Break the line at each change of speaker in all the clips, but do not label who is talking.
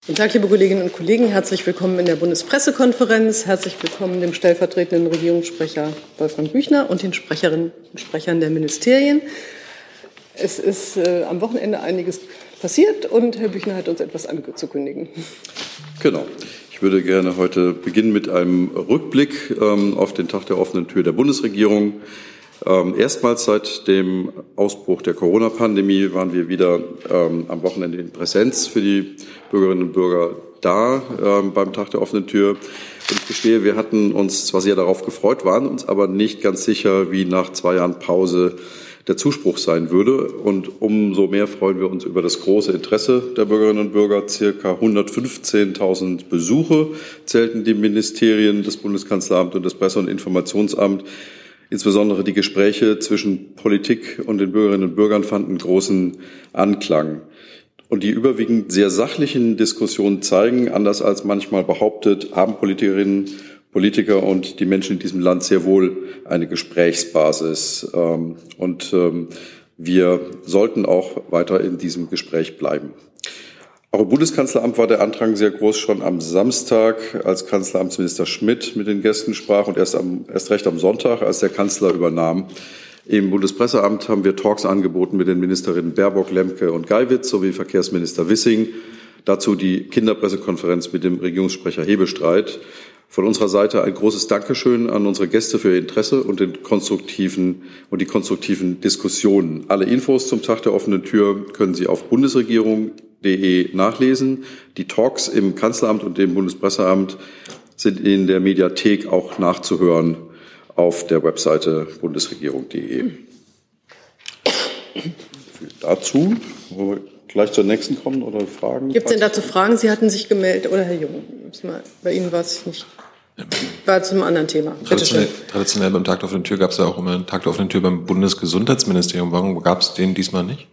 Guten Tag, liebe Kolleginnen und Kollegen. Herzlich willkommen in der Bundespressekonferenz. Herzlich willkommen dem stellvertretenden Regierungssprecher Wolfgang Büchner und den Sprecherinnen und Sprechern der Ministerien. Es ist am Wochenende einiges passiert und Herr Büchner hat uns etwas anzukündigen.
Genau. Ich würde gerne heute beginnen mit einem Rückblick auf den Tag der offenen Tür der Bundesregierung. Erstmals seit dem Ausbruch der Corona-Pandemie waren wir wieder am Wochenende in Präsenz für die Bürgerinnen und Bürger da beim Tag der offenen Tür. Und ich gestehe, wir hatten uns zwar sehr darauf gefreut, waren uns aber nicht ganz sicher, wie nach 2 Jahren Pause der Zuspruch sein würde. Und umso mehr freuen wir uns über das große Interesse der Bürgerinnen und Bürger. Circa 115.000 Besuche zählten die Ministerien, das Bundeskanzleramt und das Presse- und Informationsamt. Insbesondere die Gespräche zwischen Politik und den Bürgerinnen und Bürgern fanden großen Anklang. Und die überwiegend sehr sachlichen Diskussionen zeigen, anders als manchmal behauptet, haben Politikerinnen, Politiker und die Menschen in diesem Land sehr wohl eine Gesprächsbasis. Und wir sollten auch weiter in diesem Gespräch bleiben. Auch im Bundeskanzleramt war der Andrang sehr groß, schon am Samstag, als Kanzleramtsminister Schmidt mit den Gästen sprach und erst recht am Sonntag, als der Kanzler übernahm. Im Bundespresseamt haben wir Talks angeboten mit den Ministerinnen Baerbock, Lemke und Geiwitz sowie Verkehrsminister Wissing. Dazu die Kinderpressekonferenz mit dem Regierungssprecher Hebestreit. Von unserer Seite ein großes Dankeschön an unsere Gäste für ihr Interesse und die konstruktiven Diskussionen. Alle Infos zum Tag der offenen Tür können Sie auf bundesregierung.de nachlesen. Die Talks im Kanzleramt und dem Bundespresseamt sind in der Mediathek auch nachzuhören auf der Webseite bundesregierung.de. Dazu, wo wir gleich zur nächsten kommen oder Fragen?
Gibt es denn dazu Fragen? Sie hatten sich gemeldet, oder Herr Jung? Bei Ihnen war es nicht. War zum anderen Thema.
Traditionell beim Tag der offenen Tür gab es ja auch immer einen Tag der offenen Tür beim Bundesgesundheitsministerium. Warum gab es den diesmal nicht?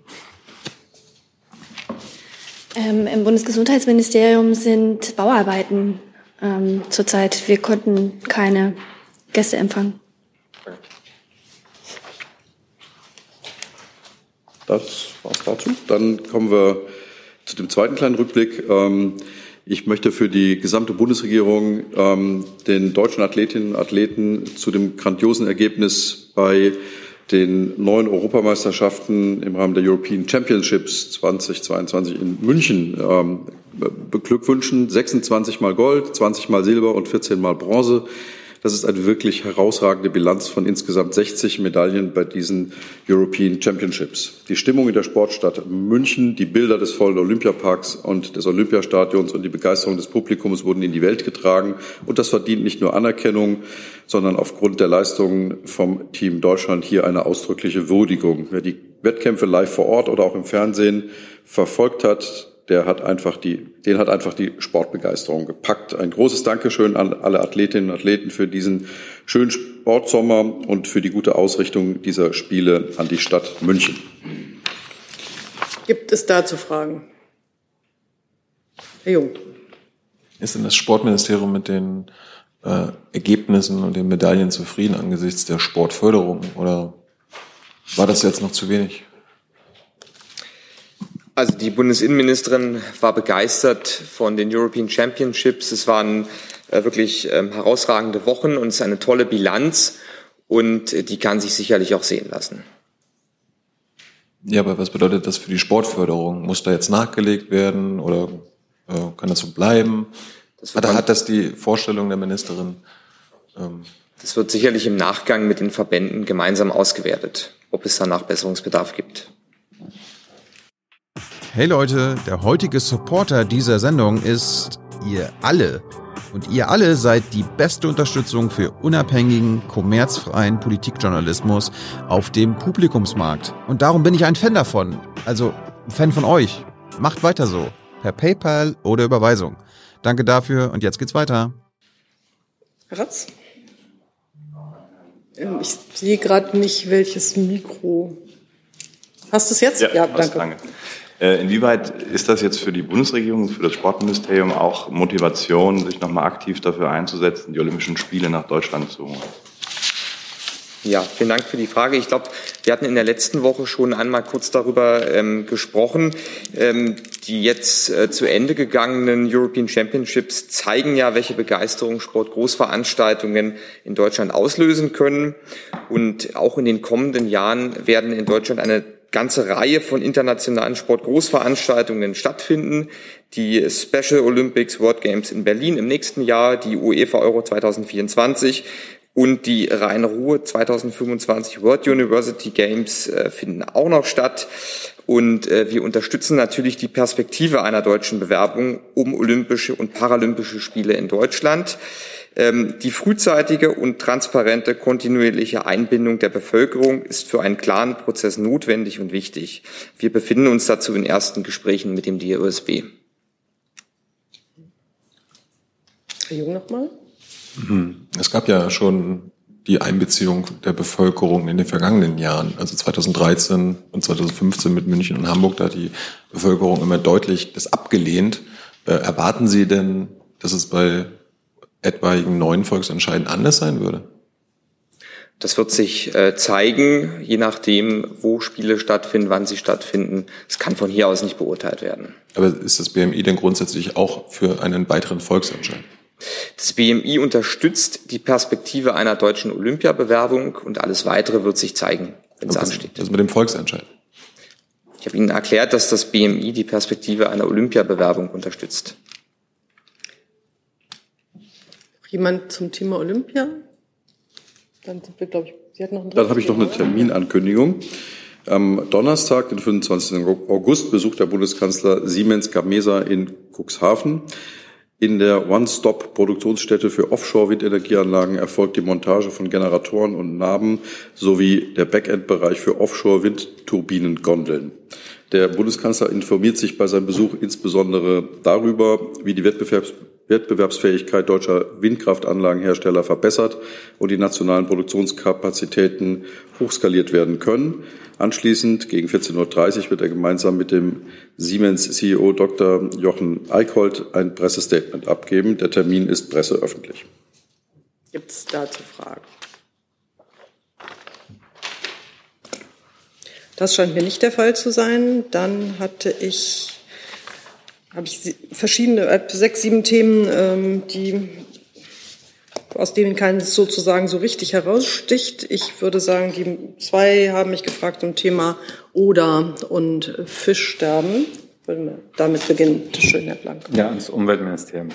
Im Bundesgesundheitsministerium sind Bauarbeiten zurzeit. Wir konnten keine Gäste empfangen.
Das war's dazu. Dann kommen wir zu dem zweiten kleinen Rückblick. Ich möchte für die gesamte Bundesregierung den deutschen Athletinnen und Athleten zu dem grandiosen Ergebnis bei den 9 Europameisterschaften im Rahmen der European Championships 2022 in München beglückwünschen. 26 Mal Gold, 20 Mal Silber und 14 Mal Bronze. Das ist eine wirklich herausragende Bilanz von insgesamt 60 Medaillen bei diesen European Championships. Die Stimmung in der Sportstadt München, die Bilder des vollen Olympiaparks und des Olympiastadions und die Begeisterung des Publikums wurden in die Welt getragen. Und das verdient nicht nur Anerkennung, sondern aufgrund der Leistungen vom Team Deutschland hier eine ausdrückliche Würdigung. Wer die Wettkämpfe live vor Ort oder auch im Fernsehen verfolgt hat, den hat einfach die Sportbegeisterung gepackt. Ein großes Dankeschön an alle Athletinnen und Athleten für diesen schönen Sportsommer und für die gute Ausrichtung dieser Spiele an die Stadt München.
Gibt es dazu Fragen? Herr Jung.
Ist denn das Sportministerium mit den Ergebnissen und den Medaillen zufrieden angesichts der Sportförderung oder war das jetzt noch zu wenig?
Also die Bundesinnenministerin war begeistert von den European Championships. Es waren wirklich herausragende Wochen und es ist eine tolle Bilanz und die kann sich sicherlich auch sehen lassen.
Ja, aber was bedeutet das für die Sportförderung? Muss da jetzt nachgelegt werden oder kann das so bleiben? Hat das die Vorstellung der Ministerin?
Das wird sicherlich im Nachgang mit den Verbänden gemeinsam ausgewertet, ob es da Nachbesserungsbedarf gibt.
Hey Leute, der heutige Supporter dieser Sendung ist ihr alle. Und ihr alle seid die beste Unterstützung für unabhängigen, kommerzfreien Politikjournalismus auf dem Publikumsmarkt. Und darum bin ich ein Fan davon. Also ein Fan von euch. Macht weiter so. Per PayPal oder Überweisung. Danke dafür und jetzt geht's weiter.
Herr Ratz? Ich sehe gerade nicht, welches Mikro. Hast du es jetzt?
Ja, danke. Inwieweit ist das jetzt für die Bundesregierung, für das Sportministerium auch Motivation, sich nochmal aktiv dafür einzusetzen, die Olympischen Spiele nach Deutschland zu holen?
Ja, vielen Dank für die Frage. Ich glaube, wir hatten in der letzten Woche schon einmal kurz darüber gesprochen. Die jetzt zu Ende gegangenen European Championships zeigen ja, welche Begeisterung Sportgroßveranstaltungen in Deutschland auslösen können. Und auch in den kommenden Jahren werden in Deutschland eine ganze Reihe von internationalen Sportgroßveranstaltungen stattfinden. Die Special Olympics World Games in Berlin im nächsten Jahr, die UEFA Euro 2024 und die Rhein-Ruhr 2025 World University Games finden auch noch statt. Und wir unterstützen natürlich die Perspektive einer deutschen Bewerbung um Olympische und Paralympische Spiele in Deutschland. Die frühzeitige und transparente kontinuierliche Einbindung der Bevölkerung ist für einen klaren Prozess notwendig und wichtig. Wir befinden uns dazu in ersten Gesprächen mit dem DOSB.
Herr Jung nochmal.
Es gab ja schon die Einbeziehung der Bevölkerung in den vergangenen Jahren, also 2013 und 2015 mit München und Hamburg, da hat die Bevölkerung immer deutlich das abgelehnt. Erwarten Sie denn, dass es bei etwaigen neuen Volksentscheiden anders sein würde?
Das wird sich zeigen, je nachdem, wo Spiele stattfinden, wann sie stattfinden. Es kann von hier aus nicht beurteilt werden.
Aber ist das BMI denn grundsätzlich auch für einen weiteren Volksentscheid?
Das BMI unterstützt die Perspektive einer deutschen Olympiabewerbung und alles Weitere wird sich zeigen, wenn es ansteht.
Das mit dem Volksentscheid?
Ich habe Ihnen erklärt, dass das BMI die Perspektive einer Olympiabewerbung unterstützt.
Jemand zum Thema Olympia? Dann sind wir, glaube ich, Sie hatten noch einen
Dann habe ich noch eine Terminankündigung. Am Donnerstag, den 25. August, besucht der Bundeskanzler Siemens Gamesa in Cuxhaven. In der One-Stop-Produktionsstätte für Offshore-Windenergieanlagen erfolgt die Montage von Generatoren und Naben sowie der Backend-Bereich für Offshore-Windturbinen-Gondeln. Der Bundeskanzler informiert sich bei seinem Besuch insbesondere darüber, wie die Wettbewerbsfähigkeit deutscher Windkraftanlagenhersteller verbessert und die nationalen Produktionskapazitäten hochskaliert werden können. Anschließend, gegen 14.30 Uhr, wird er gemeinsam mit dem Siemens-CEO Dr. Jochen Eickholt ein Pressestatement abgeben. Der Termin ist presseöffentlich.
Gibt es dazu Fragen? Das scheint mir nicht der Fall zu sein. Dann habe ich verschiedene, 6, 7 Themen, aus denen keines sozusagen so richtig heraussticht. Ich würde sagen, die 2 haben mich gefragt zum Thema Oder und Fischsterben. Wollen wir damit beginnen? Bitte schön, Herr Blank.
Ja, ans Umweltministerium.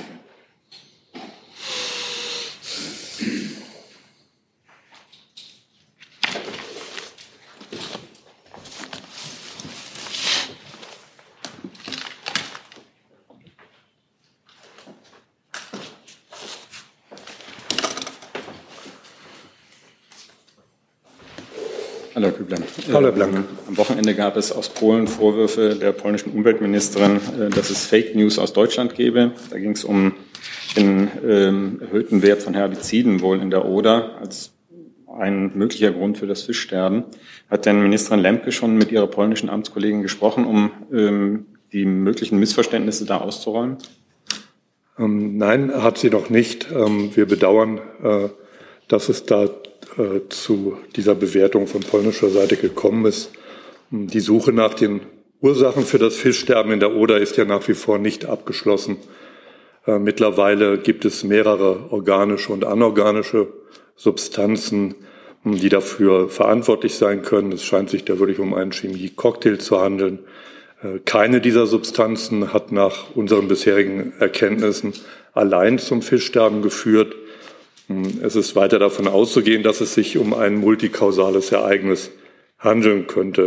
Hallo, Herr Kübler.
Hallo, Herr Blank.
Am Wochenende gab es aus Polen Vorwürfe der polnischen Umweltministerin, dass es Fake News aus Deutschland gebe. Da ging es um den erhöhten Wert von Herbiziden wohl in der Oder als ein möglicher Grund für das Fischsterben. Hat denn Ministerin Lemke schon mit ihrer polnischen Amtskollegin gesprochen, um die möglichen Missverständnisse da auszuräumen?
Nein, hat sie noch nicht. Wir bedauern, dass es da zu dieser Bewertung von polnischer Seite gekommen ist. Die Suche nach den Ursachen für das Fischsterben in der Oder ist ja nach wie vor nicht abgeschlossen. Mittlerweile gibt es mehrere organische und anorganische Substanzen, die dafür verantwortlich sein können. Es scheint sich da wirklich um einen Chemie-Cocktail zu handeln. Keine dieser Substanzen hat nach unseren bisherigen Erkenntnissen allein zum Fischsterben geführt. Es ist weiter davon auszugehen, dass es sich um ein multikausales Ereignis handeln könnte.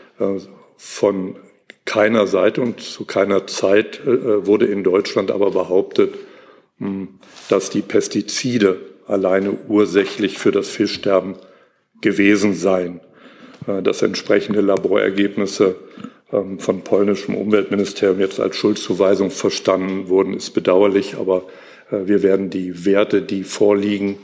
Von keiner Seite und zu keiner Zeit wurde in Deutschland aber behauptet, dass die Pestizide alleine ursächlich für das Fischsterben gewesen seien. Dass entsprechende Laborergebnisse von polnischem Umweltministerium jetzt als Schuldzuweisung verstanden wurden, ist bedauerlich, aber wir werden die Werte, die vorliegen,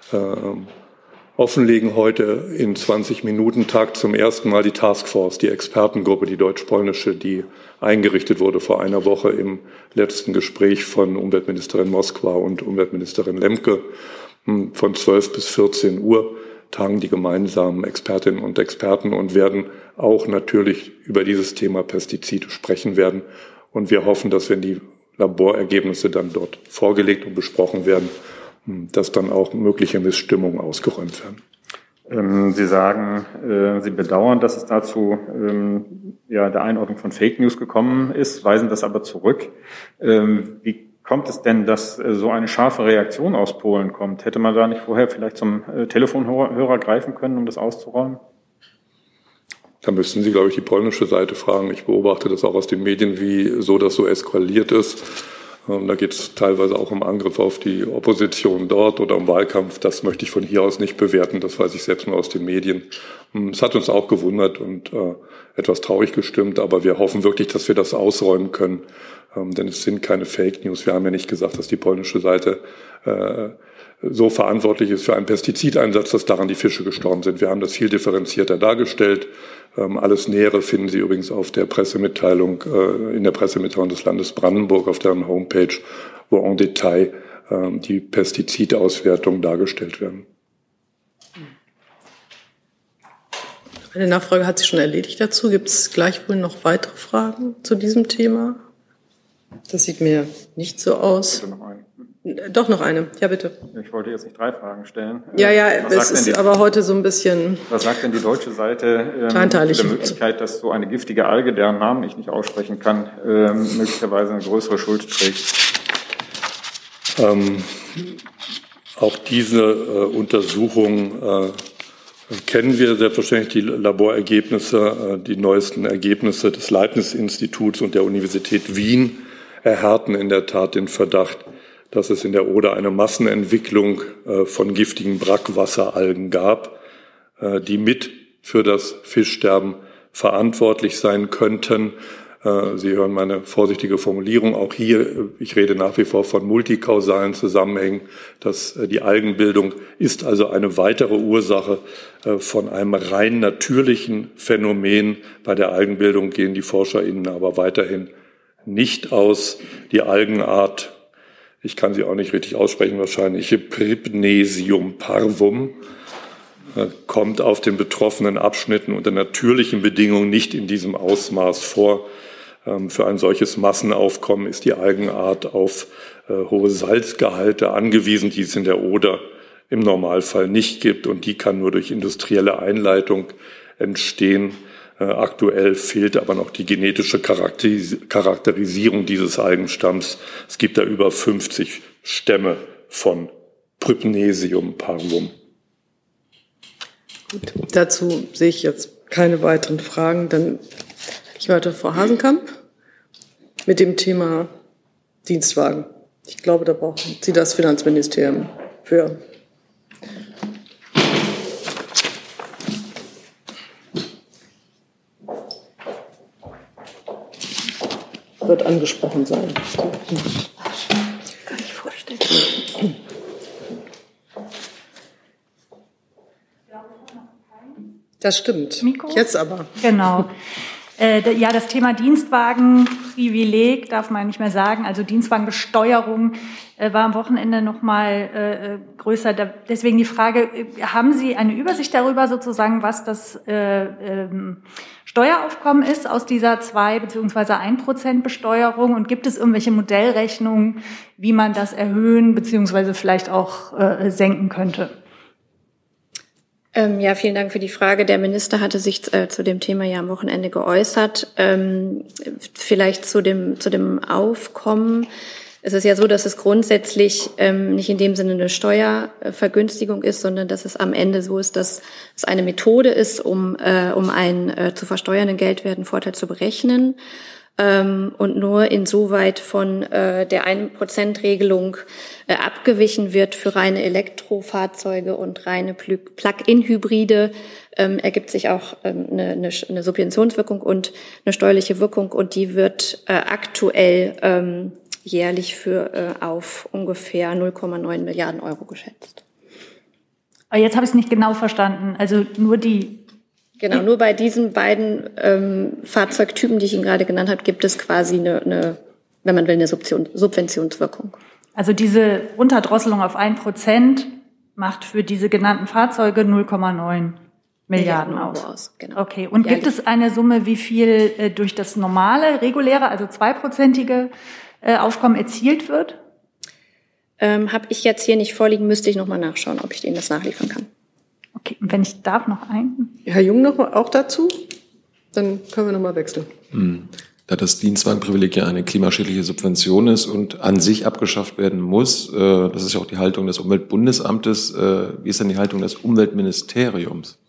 offenlegen. Heute in 20-Minuten-Takt zum ersten Mal die Taskforce, die Expertengruppe, die deutsch-polnische, die eingerichtet wurde vor einer Woche im letzten Gespräch von Umweltministerin Moskwa und Umweltministerin Lemke von 12 bis 14 Uhr. tagen die gemeinsamen Expertinnen und Experten und werden auch natürlich über dieses Thema Pestizide sprechen werden. Und wir hoffen, dass wenn die Laborergebnisse dann dort vorgelegt und besprochen werden, dass dann auch mögliche Missstimmungen ausgeräumt werden.
Sie sagen, Sie bedauern, dass es dazu der Einordnung von Fake News gekommen ist, weisen das aber zurück. Wie kommt es denn, dass so eine scharfe Reaktion aus Polen kommt? Hätte man da nicht vorher vielleicht zum Telefonhörer greifen können, um das auszuräumen?
Da müssten Sie, glaube ich, die polnische Seite fragen. Ich beobachte das auch aus den Medien, wie so das so eskaliert ist. Da geht es teilweise auch um Angriff auf die Opposition dort oder um Wahlkampf. Das möchte ich von hier aus nicht bewerten. Das weiß ich selbst nur aus den Medien. Es hat uns auch gewundert und etwas traurig gestimmt. Aber wir hoffen wirklich, dass wir das ausräumen können. Denn es sind keine Fake News. Wir haben ja nicht gesagt, dass die polnische Seite so verantwortlich ist für einen Pestizideinsatz, dass daran die Fische gestorben sind. Wir haben das viel differenzierter dargestellt. Alles Nähere finden Sie übrigens auf der Pressemitteilung, in der Pressemitteilung des Landes Brandenburg auf deren Homepage, wo en Detail die Pestizidauswertungen dargestellt werden.
Eine Nachfrage hat sich schon erledigt dazu. Gibt es gleichwohl noch weitere Fragen zu diesem Thema? Das sieht mir nicht so aus. Doch, noch eine. Ja, bitte.
Ich wollte jetzt nicht 3 Fragen stellen.
Ja, es ist aber heute so ein bisschen...
Was sagt denn die deutsche Seite
kleinteilig
zu der Möglichkeit, dass so eine giftige Alge, deren Namen ich nicht aussprechen kann, möglicherweise eine größere Schuld trägt?
Auch diese Untersuchung kennen wir selbstverständlich, die Laborergebnisse, die neuesten Ergebnisse des Leibniz-Instituts und der Universität Wien erhärten in der Tat den Verdacht, dass es in der Oder eine Massenentwicklung von giftigen Brackwasseralgen gab, die mit für das Fischsterben verantwortlich sein könnten. Sie hören meine vorsichtige Formulierung. Auch hier, ich rede nach wie vor von multikausalen Zusammenhängen. Die Algenbildung ist also eine weitere Ursache von einem rein natürlichen Phänomen. Bei der Algenbildung gehen die ForscherInnen aber weiterhin nicht aus. Die Algenart, ich kann sie auch nicht richtig aussprechen wahrscheinlich, Pripnesium parvum, kommt auf den betroffenen Abschnitten unter natürlichen Bedingungen nicht in diesem Ausmaß vor. Für ein solches Massenaufkommen ist die Algenart auf hohe Salzgehalte angewiesen, die es in der Oder im Normalfall nicht gibt. Und die kann nur durch industrielle Einleitung entstehen. Aktuell fehlt aber noch die genetische Charakterisierung dieses Algenstamms. Es gibt da über 50 Stämme von Pripnesium parvum.
Gut, dazu sehe ich jetzt keine weiteren Fragen. Dann ich weiter Frau Hasenkamp mit dem Thema Dienstwagen. Ich glaube, da brauchen Sie das Finanzministerium für. Wird angesprochen sein.
Kann ich vorstellen.
Das stimmt.
Mikro?
Jetzt aber.
Genau. Ja, das Thema Dienstwagenprivileg darf man nicht mehr sagen. Also Dienstwagenbesteuerung war am Wochenende noch mal größer. Deswegen die Frage, haben Sie eine Übersicht darüber sozusagen, was das Steueraufkommen ist aus dieser 2 bzw. 1% Besteuerung? Und gibt es irgendwelche Modellrechnungen, wie man das erhöhen bzw. vielleicht auch senken könnte?
Ja, vielen Dank für die Frage. Der Minister hatte sich zu dem Thema ja am Wochenende geäußert. Vielleicht zu dem Aufkommen. Es ist ja so, dass es grundsätzlich nicht in dem Sinne eine Steuervergünstigung ist, sondern dass es am Ende so ist, dass es eine Methode ist, um einen zu versteuernden Geldwerten Vorteil zu berechnen. Und nur insoweit von der 1%-Regelung abgewichen wird für reine Elektrofahrzeuge und reine Plug-in-Hybride, ergibt sich auch eine Subventionswirkung und eine steuerliche Wirkung, und die wird aktuell jährlich auf ungefähr 0,9 Milliarden Euro geschätzt.
Aber jetzt habe ich es nicht genau verstanden. Also nur
Genau, nur bei diesen beiden Fahrzeugtypen, die ich Ihnen gerade genannt habe, gibt es quasi eine, wenn man will, eine Subventionswirkung.
Also diese Runterdrosselung auf 1% macht für diese genannten Fahrzeuge 0,9 Milliarden aus.
Genau.
Okay, und gibt es eine Summe, wie viel durch das normale, reguläre, also 2%ige Aufkommen erzielt wird?
Habe ich jetzt hier nicht vorliegen, müsste ich nochmal nachschauen, ob ich Ihnen das nachliefern kann.
Okay, und wenn ich darf, noch einen.
Herr Jung noch auch dazu? Dann können wir nochmal wechseln.
Da das Dienstwagenprivileg ja eine klimaschädliche Subvention ist und an sich abgeschafft werden muss, das ist ja auch die Haltung des Umweltbundesamtes, wie ist denn die Haltung des Umweltministeriums?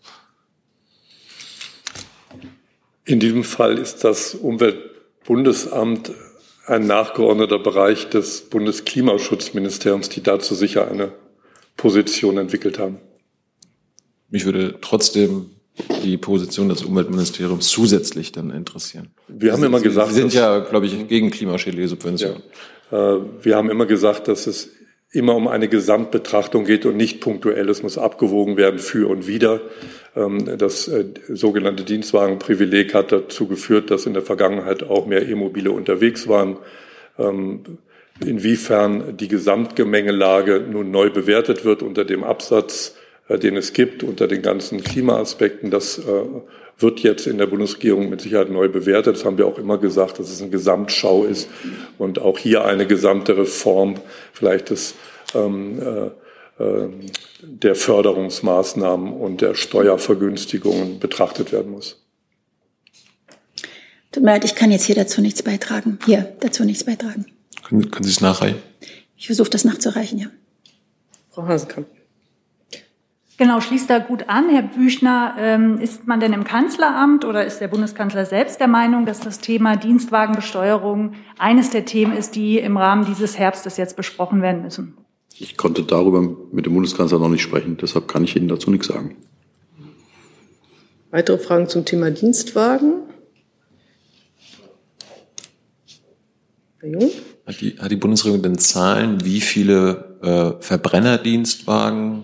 In diesem Fall ist das Umweltbundesamt ein nachgeordneter Bereich des Bundesklimaschutzministeriums, die dazu sicher eine Position entwickelt haben.
Mich würde trotzdem die Position des Umweltministeriums zusätzlich dann interessieren.
Wir haben immer gesagt,
Sie sind ja, glaube ich, gegen klimaschädliche Subventionen.
Ja, wir haben immer gesagt, dass es immer um eine Gesamtbetrachtung geht und nicht punktuell. Es muss abgewogen werden für und wider. Das sogenannte Dienstwagenprivileg hat dazu geführt, dass in der Vergangenheit auch mehr E-Mobile unterwegs waren. Inwiefern die Gesamtgemengelage nun neu bewertet wird unter dem Absatz, den es gibt, unter den ganzen Klimaaspekten, das wird jetzt in der Bundesregierung mit Sicherheit neu bewertet. Das haben wir auch immer gesagt, dass es eine Gesamtschau ist und auch hier eine gesamte Reform vielleicht der Förderungsmaßnahmen und der Steuervergünstigungen betrachtet werden muss.
Tut mir leid, ich kann jetzt hier dazu nichts beitragen.
Können Sie es nachreichen?
Ich versuche das nachzureichen, ja.
Frau Hasekamp.
Genau, schließt da gut an. Herr Büchner, ist man denn im Kanzleramt oder ist der Bundeskanzler selbst der Meinung, dass das Thema Dienstwagenbesteuerung eines der Themen ist, die im Rahmen dieses Herbstes jetzt besprochen werden müssen?
Ich konnte darüber mit dem Bundeskanzler noch nicht sprechen, deshalb kann ich Ihnen dazu nichts sagen.
Weitere Fragen zum Thema Dienstwagen? Herr Jung?
Hat die Bundesregierung denn Zahlen, wie viele Verbrennerdienstwagen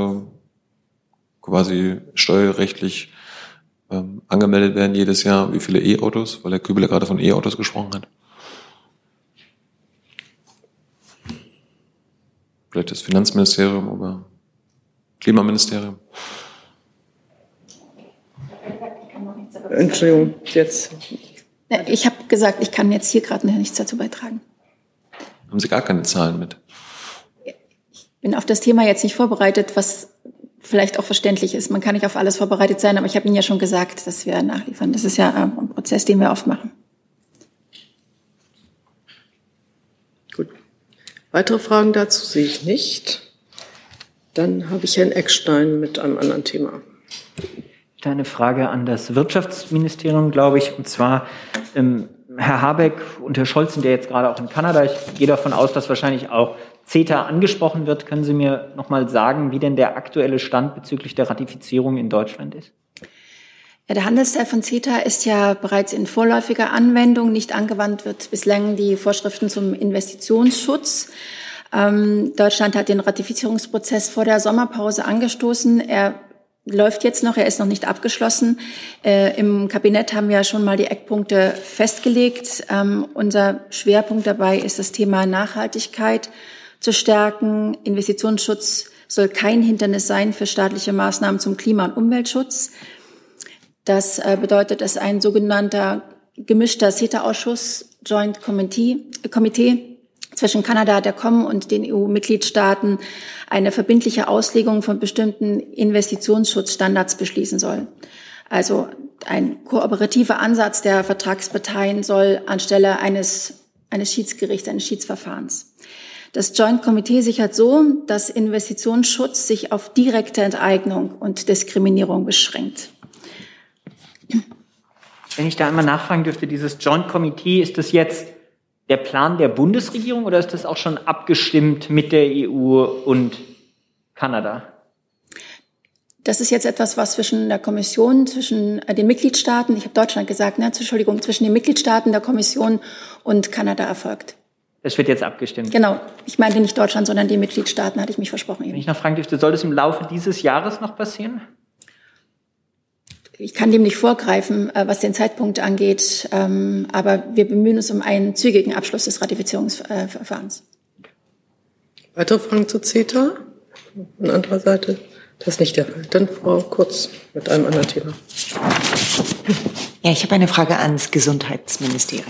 quasi steuerrechtlich angemeldet werden jedes Jahr, wie viele E-Autos, weil Herr Kübele gerade von E-Autos gesprochen hat? Vielleicht das Finanzministerium oder Klimaministerium?
Entschuldigung, jetzt.
Ich habe gesagt, ich kann jetzt hier gerade nichts dazu beitragen.
Haben Sie gar keine Zahlen mit?
Ich bin auf das Thema jetzt nicht vorbereitet, was vielleicht auch verständlich ist. Man kann nicht auf alles vorbereitet sein, aber ich habe Ihnen ja schon gesagt, dass wir nachliefern. Das ist ja ein Prozess, den wir oft machen.
Gut. Weitere Fragen dazu sehe ich nicht. Dann habe ich Herrn Eckstein mit einem anderen Thema.
Eine Frage an das Wirtschaftsministerium, glaube ich, und zwar Herr Habeck und Herr Scholz sind ja jetzt gerade auch in Kanada. Ich gehe davon aus, dass wahrscheinlich auch CETA angesprochen wird. Können Sie mir noch mal sagen, wie denn der aktuelle Stand bezüglich der Ratifizierung in Deutschland ist?
Ja, der Handelsteil von CETA ist ja bereits in vorläufiger Anwendung. Nicht angewandt wird bislang die Vorschriften zum Investitionsschutz. Deutschland hat den Ratifizierungsprozess vor der Sommerpause angestoßen. Er läuft jetzt noch, er ist noch nicht abgeschlossen. Im Kabinett haben wir schon mal die Eckpunkte festgelegt. Unser Schwerpunkt dabei ist das Thema Nachhaltigkeit zu stärken. Investitionsschutz soll kein Hindernis sein für staatliche Maßnahmen zum Klima- und Umweltschutz. Das bedeutet, dass ein sogenannter gemischter CETA-Ausschuss, Joint Committee zwischen Kanada, der COM und den EU-Mitgliedstaaten eine verbindliche Auslegung von bestimmten Investitionsschutzstandards beschließen soll. Also ein kooperativer Ansatz der Vertragsparteien soll anstelle eines Schiedsgerichts, eines Schiedsverfahrens. Das Joint Committee sichert so, dass Investitionsschutz sich auf direkte Enteignung und Diskriminierung beschränkt.
Wenn ich da einmal nachfragen dürfte, dieses Joint Committee, ist das jetzt der Plan der Bundesregierung oder ist das auch schon abgestimmt mit der EU und Kanada?
Das ist jetzt etwas, was zwischen der Kommission, zwischen den Mitgliedstaaten, ich habe Deutschland gesagt, zwischen den Mitgliedstaaten, der Kommission und Kanada erfolgt.
Das wird jetzt abgestimmt?
Genau. Ich meinte nicht Deutschland, sondern die Mitgliedstaaten, hatte ich mich versprochen.
Wenn ich noch fragen dürfte, soll das im Laufe dieses Jahres noch passieren?
Ich kann dem nicht vorgreifen, was den Zeitpunkt angeht, aber wir bemühen uns um einen zügigen Abschluss des Ratifizierungsverfahrens.
Weitere Fragen zu CETA? Von anderer Seite? Das ist nicht der Fall. Dann Frau Kurz mit einem anderen Thema.
Ja, ich habe eine Frage ans Gesundheitsministerium.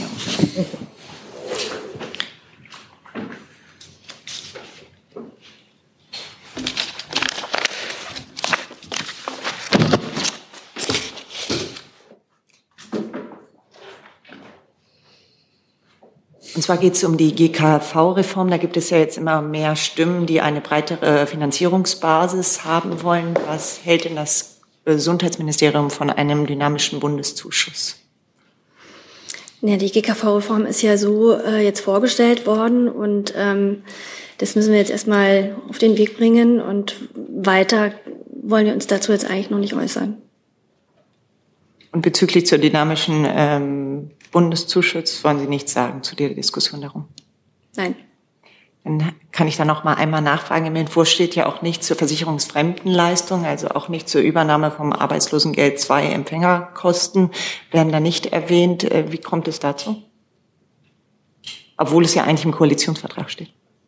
Und zwar geht es um die GKV-Reform. Da gibt es ja jetzt immer mehr Stimmen, die eine breitere Finanzierungsbasis haben wollen. Was hält denn das Gesundheitsministerium von einem dynamischen Bundeszuschuss?
Ja, die GKV-Reform ist ja so jetzt vorgestellt worden und das müssen wir jetzt erstmal auf den Weg bringen und weiter wollen wir uns dazu jetzt eigentlich noch nicht äußern.
Und bezüglich zur dynamischen Bundeszuschuss wollen Sie nichts sagen zu der Diskussion darum?
Nein.
Dann kann ich da noch mal einmal nachfragen. Im Entwurf steht ja auch nicht zur Versicherungsfremdenleistung, also auch nicht zur Übernahme vom Arbeitslosengeld 2 Empfängerkosten, werden da nicht erwähnt. Wie kommt es dazu? Obwohl es ja eigentlich im Koalitionsvertrag steht.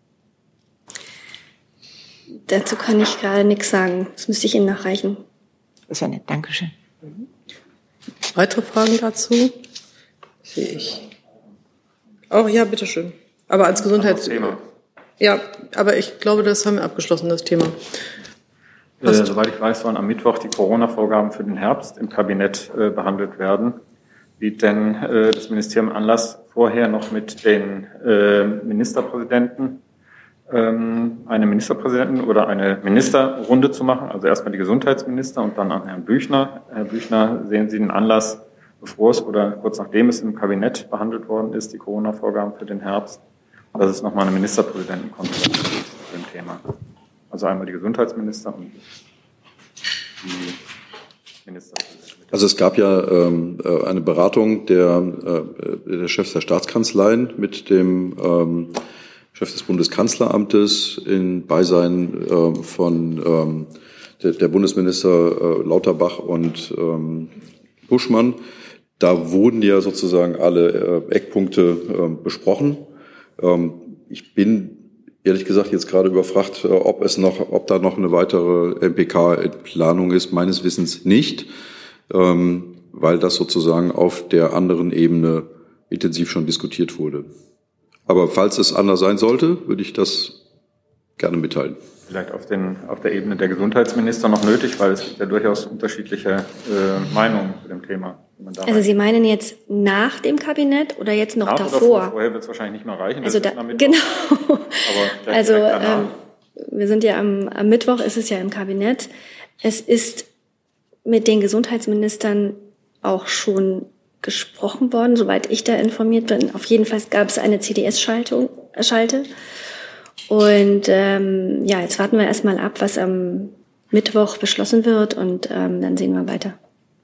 Dazu kann ich gerade nichts sagen. Das müsste ich Ihnen nachreichen.
Das ist ja nett. Dankeschön.
Weitere Fragen dazu? Sehe ich. Oh ja, bitteschön. Aber als Gesundheitsthema. Ja, aber ich glaube, das haben wir abgeschlossen, das Thema.
Soweit ich weiß, sollen am Mittwoch die Corona-Vorgaben für den Herbst im Kabinett behandelt werden. Bietet denn das Ministerium Anlass, vorher noch mit den Ministerpräsidenten eine Ministerpräsidenten oder eine Ministerrunde zu machen? Also erstmal die Gesundheitsminister und dann an Herrn Büchner. Herr Büchner, sehen Sie den Anlass, bevor es oder kurz nachdem es im Kabinett behandelt worden ist, die Corona-Vorgaben für den Herbst, dass es nochmal eine Ministerpräsidentenkonferenz gibt zu dem Thema? Also einmal die Gesundheitsminister und die Ministerpräsidenten.
Also es gab ja eine Beratung der Chefs der Staatskanzleien mit dem Chef des Bundeskanzleramtes in Beisein von der Bundesminister Lauterbach und Buschmann. Da wurden ja sozusagen alle Eckpunkte besprochen. Ich bin ehrlich gesagt jetzt gerade überfragt, ob da noch eine weitere MPK in Planung ist. Meines Wissens nicht, weil das sozusagen auf der anderen Ebene intensiv schon diskutiert wurde. Aber falls es anders sein sollte, würde ich das gerne mitteilen.
Vielleicht auf der Ebene der Gesundheitsminister noch nötig, weil es gibt ja durchaus unterschiedliche Meinungen zu dem Thema.
Also Sie meinen jetzt nach dem Kabinett oder jetzt noch davor?
Vorher wird es wahrscheinlich nicht mehr reichen.
Also genau. Aber also wir sind ja am Mittwoch, ist es ja im Kabinett. Es ist mit den Gesundheitsministern auch schon gesprochen worden, soweit ich da informiert bin. Auf jeden Fall gab es eine CDS-Schalte. Und jetzt warten wir erstmal ab, was am Mittwoch beschlossen wird und dann sehen wir weiter.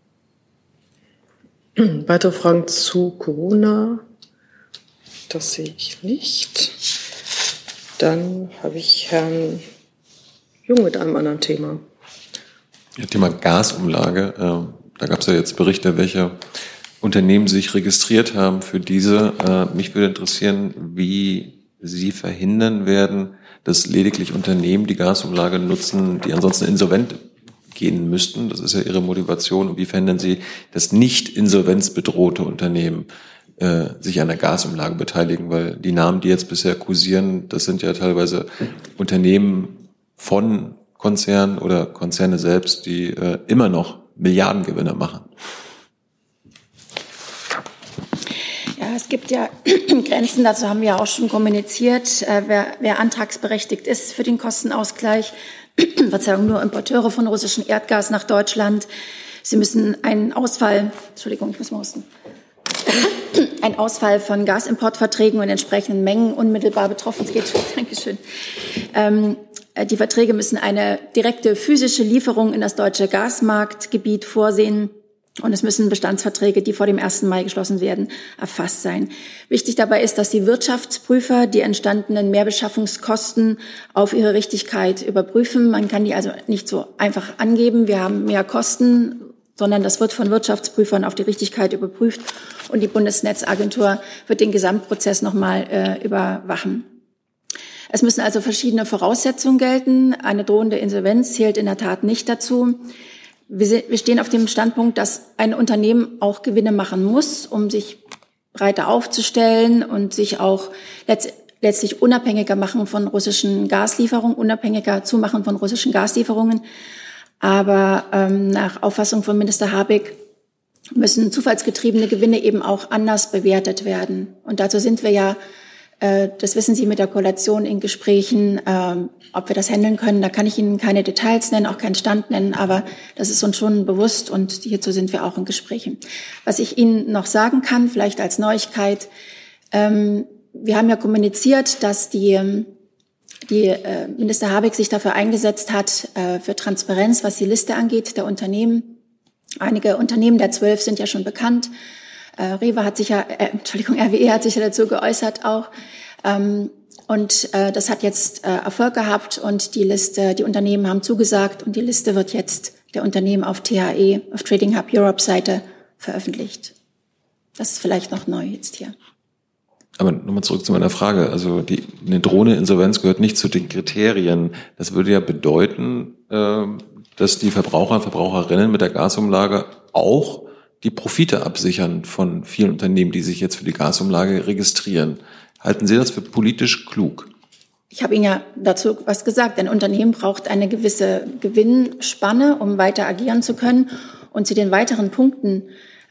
Weitere Fragen zu Corona? Das sehe ich nicht. Dann habe ich Herrn Jung mit einem anderen Thema.
Ja, Thema Gasumlage. Da gab es ja jetzt Berichte, welche Unternehmen sich registriert haben für diese. Mich würde interessieren, wie Sie verhindern werden, dass lediglich Unternehmen die Gasumlage nutzen, die ansonsten insolvent gehen müssten. Das ist ja Ihre Motivation. Und wie verhindern Sie, dass nicht insolvenzbedrohte Unternehmen sich an der Gasumlage beteiligen? Weil die Namen, die jetzt bisher kursieren, das sind ja teilweise Unternehmen von Konzernen oder Konzerne selbst, die immer noch Milliardengewinne machen.
Ja, es gibt ja Grenzen, dazu haben wir auch schon kommuniziert. Wer antragsberechtigt ist für den Kostenausgleich, Verzeihung, nur Importeure von russischem Erdgas nach Deutschland. Sie müssen einen Ausfall von Gasimportverträgen und entsprechenden Mengen unmittelbar betroffen. Es geht, Dankeschön. Die Verträge müssen eine direkte physische Lieferung in das deutsche Gasmarktgebiet vorsehen. Und es müssen Bestandsverträge, die vor dem 1. Mai geschlossen werden, erfasst sein. Wichtig dabei ist, dass die Wirtschaftsprüfer die entstandenen Mehrbeschaffungskosten auf ihre Richtigkeit überprüfen. Man kann die also nicht so einfach angeben, wir haben mehr Kosten, sondern das wird von Wirtschaftsprüfern auf die Richtigkeit überprüft. Und die Bundesnetzagentur wird den Gesamtprozess nochmal überwachen. Es müssen also verschiedene Voraussetzungen gelten. Eine drohende Insolvenz zählt in der Tat nicht dazu. Wir stehen auf dem Standpunkt, dass ein Unternehmen auch Gewinne machen muss, um sich breiter aufzustellen und sich auch letztlich unabhängiger machen von russischen Gaslieferungen, unabhängiger zu machen von russischen Gaslieferungen. Aber nach Auffassung von Minister Habeck müssen zufallsgetriebene Gewinne eben auch anders bewertet werden. Und dazu sind wir ja, das wissen Sie, mit der Koalition in Gesprächen, ob wir das handeln können. Da kann ich Ihnen keine Details nennen, auch keinen Stand nennen, aber das ist uns schon bewusst und hierzu sind wir auch in Gesprächen. Was ich Ihnen noch sagen kann, vielleicht als Neuigkeit, wir haben ja kommuniziert, dass die Minister Habeck sich dafür eingesetzt hat, für Transparenz, was die Liste angeht, der Unternehmen. Einige Unternehmen der 12 sind ja schon bekannt. RWE hat sich ja dazu geäußert auch. Und das hat jetzt Erfolg gehabt und die Unternehmen haben zugesagt und die Liste wird jetzt der Unternehmen auf THE, auf Trading Hub Europe Seite veröffentlicht. Das ist vielleicht noch neu jetzt hier.
Aber nochmal zurück zu meiner Frage. Also eine drohende Insolvenz gehört nicht zu den Kriterien. Das würde ja bedeuten, dass die Verbraucher und Verbraucherinnen mit der Gasumlage auch die Profite absichern von vielen Unternehmen, die sich jetzt für die Gasumlage registrieren. Halten Sie das für politisch klug?
Ich habe Ihnen ja dazu was gesagt. Ein Unternehmen braucht eine gewisse Gewinnspanne, um weiter agieren zu können. Und zu den weiteren Punkten,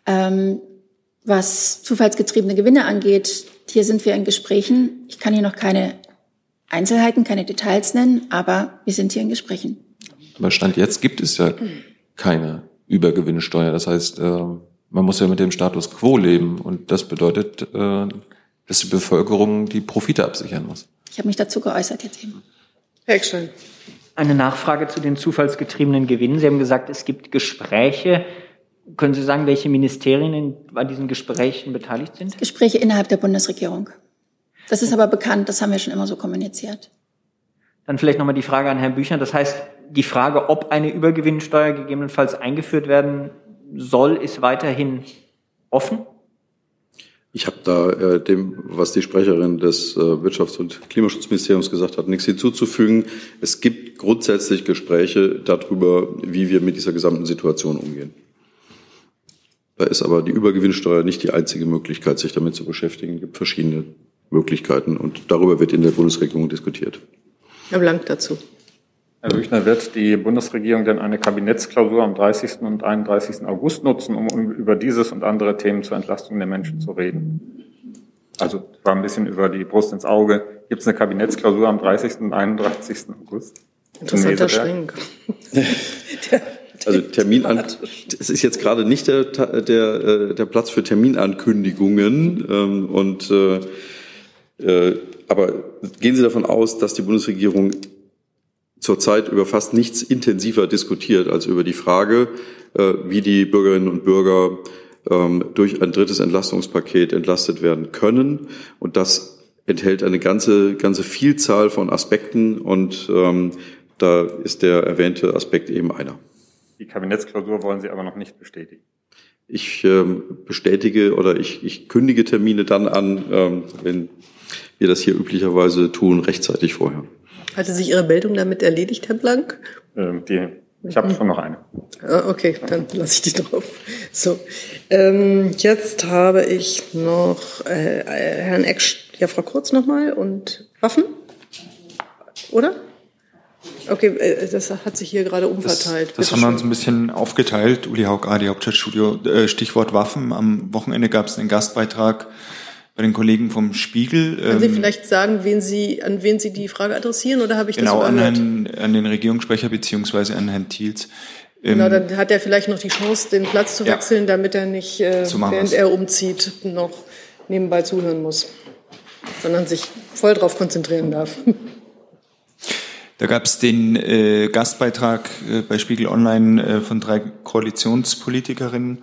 was zufallsgetriebene Gewinne angeht, hier sind wir in Gesprächen. Ich kann hier noch keine Einzelheiten, keine Details nennen, aber wir sind hier in Gesprächen.
Aber Stand jetzt gibt es ja keine Übergewinnsteuer. Das heißt, man muss ja mit dem Status quo leben. Und das bedeutet, dass die Bevölkerung die Profite absichern muss.
Ich habe mich dazu geäußert jetzt eben.
Herr Eckstein.
Eine Nachfrage zu den zufallsgetriebenen Gewinnen. Sie haben gesagt, es gibt Gespräche. Können Sie sagen, welche Ministerien bei diesen Gesprächen beteiligt sind?
Gespräche innerhalb der Bundesregierung. Das ist aber bekannt, das haben wir schon immer so kommuniziert.
Dann vielleicht nochmal die Frage an Herrn Büchner. Das heißt, die Frage, ob eine Übergewinnsteuer gegebenenfalls eingeführt werden soll, ist weiterhin offen?
Ich habe da dem, was die Sprecherin des Wirtschafts- und Klimaschutzministeriums gesagt hat, nichts hinzuzufügen. Es gibt grundsätzlich Gespräche darüber, wie wir mit dieser gesamten Situation umgehen. Da ist aber die Übergewinnsteuer nicht die einzige Möglichkeit, sich damit zu beschäftigen. Es gibt verschiedene Möglichkeiten und darüber wird in der Bundesregierung diskutiert.
Herr Blank dazu.
Herr Büchner, wird die Bundesregierung denn eine Kabinettsklausur am 30. und 31. August nutzen, um über dieses und andere Themen zur Entlastung der Menschen zu reden? Also ich war ein bisschen über die Brust ins Auge. Gibt es eine Kabinettsklausur am 30. und 31. August?
Interessanter Schwenk.
Also es ist jetzt gerade nicht der Platz für Terminankündigungen aber gehen Sie davon aus, dass die Bundesregierung zurzeit über fast nichts intensiver diskutiert als über die Frage, wie die Bürgerinnen und Bürger durch ein drittes Entlastungspaket entlastet werden können. Und das enthält eine ganze Vielzahl von Aspekten und da ist der erwähnte Aspekt eben einer.
Die Kabinettsklausur wollen Sie aber noch nicht bestätigen.
Ich bestätige oder ich kündige Termine dann an, wenn wir das hier üblicherweise tun, rechtzeitig vorher.
Hatte sich Ihre Meldung damit erledigt, Herr Blank?
Ich habe schon noch eine.
Okay, dann lasse ich die drauf. So, jetzt habe ich noch Herrn Frau Kurz nochmal und Waffen, oder? Okay, das hat sich hier gerade umverteilt.
Das haben wir uns ein bisschen aufgeteilt. Uli Haug, AD Hauptstadtstudio, Stichwort Waffen. Am Wochenende gab es einen Gastbeitrag bei den Kollegen vom Spiegel.
Können Sie vielleicht sagen, an wen Sie die Frage adressieren, oder habe ich das überhört?
Genau, an den Regierungssprecher beziehungsweise an Herrn Thiels.
Genau, dann hat er vielleicht noch die Chance, den Platz zu wechseln, damit er nicht, während er umzieht, noch nebenbei zuhören muss, sondern sich voll drauf konzentrieren darf.
Da gab es den Gastbeitrag bei Spiegel Online von 3 Koalitionspolitikerinnen,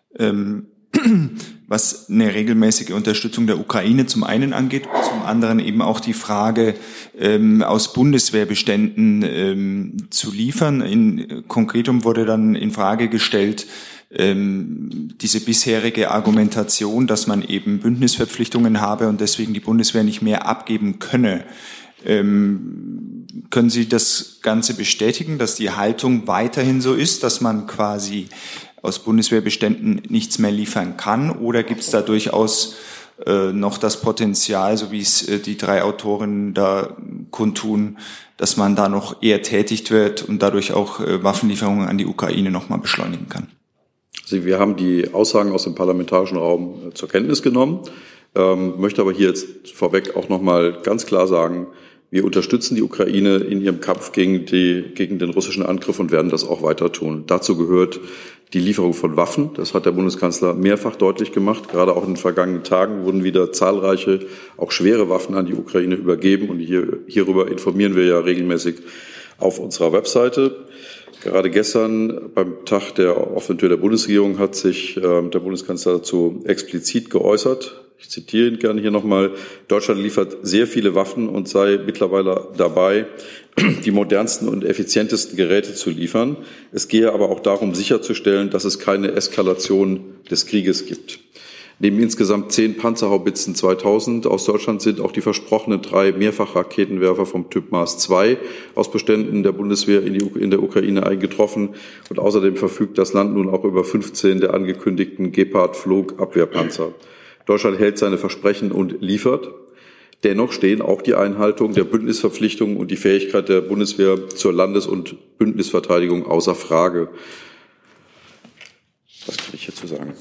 was eine regelmäßige Unterstützung der Ukraine zum einen angeht, zum anderen eben auch die Frage, aus Bundeswehrbeständen zu liefern. In Konkretum wurde dann in Frage gestellt, diese bisherige Argumentation, dass man eben Bündnisverpflichtungen habe und deswegen die Bundeswehr nicht mehr abgeben könne. Können Sie das Ganze bestätigen, dass die Haltung weiterhin so ist, dass man quasi aus Bundeswehrbeständen nichts mehr liefern kann? Oder gibt es da durchaus noch das Potenzial, so wie es die 3 Autorinnen da kundtun, dass man da noch eher tätig wird und dadurch auch Waffenlieferungen an die Ukraine nochmal beschleunigen kann?
Also wir haben die Aussagen aus dem parlamentarischen Raum zur Kenntnis genommen, möchte aber hier jetzt vorweg auch nochmal ganz klar sagen, wir unterstützen die Ukraine in ihrem Kampf gegen den russischen Angriff und werden das auch weiter tun. Dazu gehört die Lieferung von Waffen. Das hat der Bundeskanzler mehrfach deutlich gemacht. Gerade auch in den vergangenen Tagen wurden wieder zahlreiche, auch schwere Waffen an die Ukraine übergeben. Und hierüber informieren wir ja regelmäßig auf unserer Webseite. Gerade gestern beim Tag der offenen Tür der Bundesregierung hat sich der Bundeskanzler dazu explizit geäußert. Ich zitiere ihn gerne hier nochmal. Deutschland liefert sehr viele Waffen und sei mittlerweile dabei, die modernsten und effizientesten Geräte zu liefern. Es gehe aber auch darum, sicherzustellen, dass es keine Eskalation des Krieges gibt. Neben insgesamt 10 Panzerhaubitzen 2000 aus Deutschland sind auch die versprochenen 3 Mehrfachraketenwerfer vom Typ Mars 2 aus Beständen der Bundeswehr in der Ukraine eingetroffen. Und außerdem verfügt das Land nun auch über 15 der angekündigten Gepard-Flugabwehrpanzer. Deutschland hält seine Versprechen und liefert. Dennoch stehen auch die Einhaltung der Bündnisverpflichtungen und die Fähigkeit der Bundeswehr zur Landes- und Bündnisverteidigung außer Frage. Was kann ich hierzu sagen?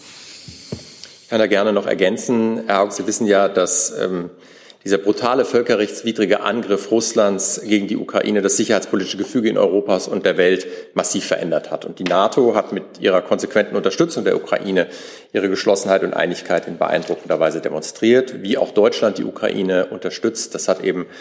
Ich kann da gerne noch ergänzen. Herr Haug, Sie wissen ja, dass dieser brutale völkerrechtswidrige Angriff Russlands gegen die Ukraine das sicherheitspolitische Gefüge in Europas und der Welt massiv verändert hat. Und die NATO hat mit ihrer konsequenten Unterstützung der Ukraine ihre Geschlossenheit und Einigkeit in beeindruckender Weise demonstriert, wie auch Deutschland die Ukraine unterstützt. Das hat eben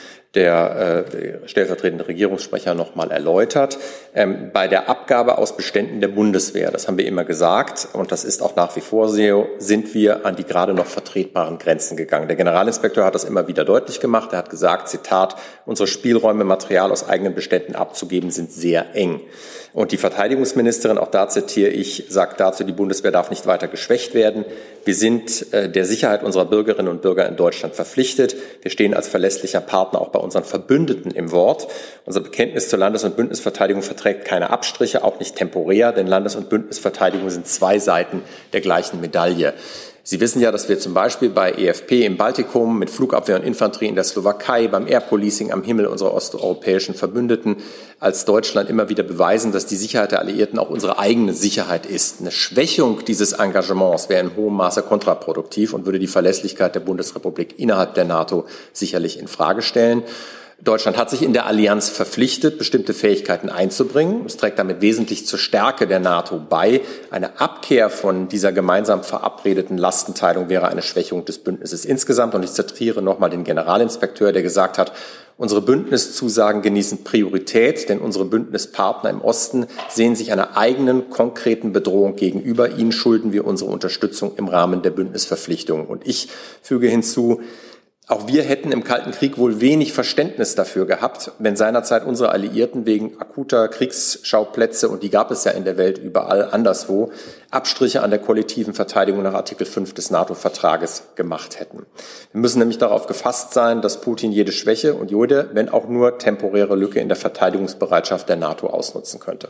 der stellvertretende Regierungssprecher noch mal erläutert. Bei der Abgabe aus Beständen der Bundeswehr, das haben wir immer gesagt, und das ist auch nach wie vor so, sind wir an die gerade noch vertretbaren Grenzen gegangen. Der Generalinspekteur hat das immer wieder deutlich gemacht. Er hat gesagt, Zitat, unsere Spielräume, Material aus eigenen Beständen abzugeben, sind sehr eng. Und die Verteidigungsministerin, auch da zitiere ich, sagt dazu, die Bundeswehr darf nicht weiter geschwächt werden. Wir sind der Sicherheit unserer Bürgerinnen und Bürger in Deutschland verpflichtet. Wir stehen als verlässlicher Partner auch bei unseren Verbündeten im Wort. Unser Bekenntnis zur Landes- und Bündnisverteidigung verträgt keine Abstriche, auch nicht temporär, denn Landes- und Bündnisverteidigung sind 2 Seiten der gleichen Medaille. Sie wissen ja, dass wir zum Beispiel bei EFP im Baltikum mit Flugabwehr und Infanterie in der Slowakei, beim Air Policing am Himmel unserer osteuropäischen Verbündeten als Deutschland immer wieder beweisen, dass die Sicherheit der Alliierten auch unsere eigene Sicherheit ist. Eine Schwächung dieses Engagements wäre in hohem Maße kontraproduktiv und würde die Verlässlichkeit der Bundesrepublik innerhalb der NATO sicherlich in Frage stellen. Deutschland hat sich in der Allianz verpflichtet, bestimmte Fähigkeiten einzubringen. Es trägt damit wesentlich zur Stärke der NATO bei. Eine Abkehr von dieser gemeinsam verabredeten Lastenteilung wäre eine Schwächung des Bündnisses insgesamt. Und ich zitiere nochmal den Generalinspekteur, der gesagt hat, unsere Bündniszusagen genießen Priorität, denn unsere Bündnispartner im Osten sehen sich einer eigenen konkreten Bedrohung gegenüber. Ihnen schulden wir unsere Unterstützung im Rahmen der Bündnisverpflichtungen. Und ich füge hinzu, auch wir hätten im Kalten Krieg wohl wenig Verständnis dafür gehabt, wenn seinerzeit unsere Alliierten wegen akuter Kriegsschauplätze, und die gab es ja in der Welt überall anderswo, Abstriche an der kollektiven Verteidigung nach Artikel 5 des NATO-Vertrages gemacht hätten. Wir müssen nämlich darauf gefasst sein, dass Putin jede Schwäche und jede, wenn auch nur temporäre Lücke in der Verteidigungsbereitschaft der NATO ausnutzen könnte.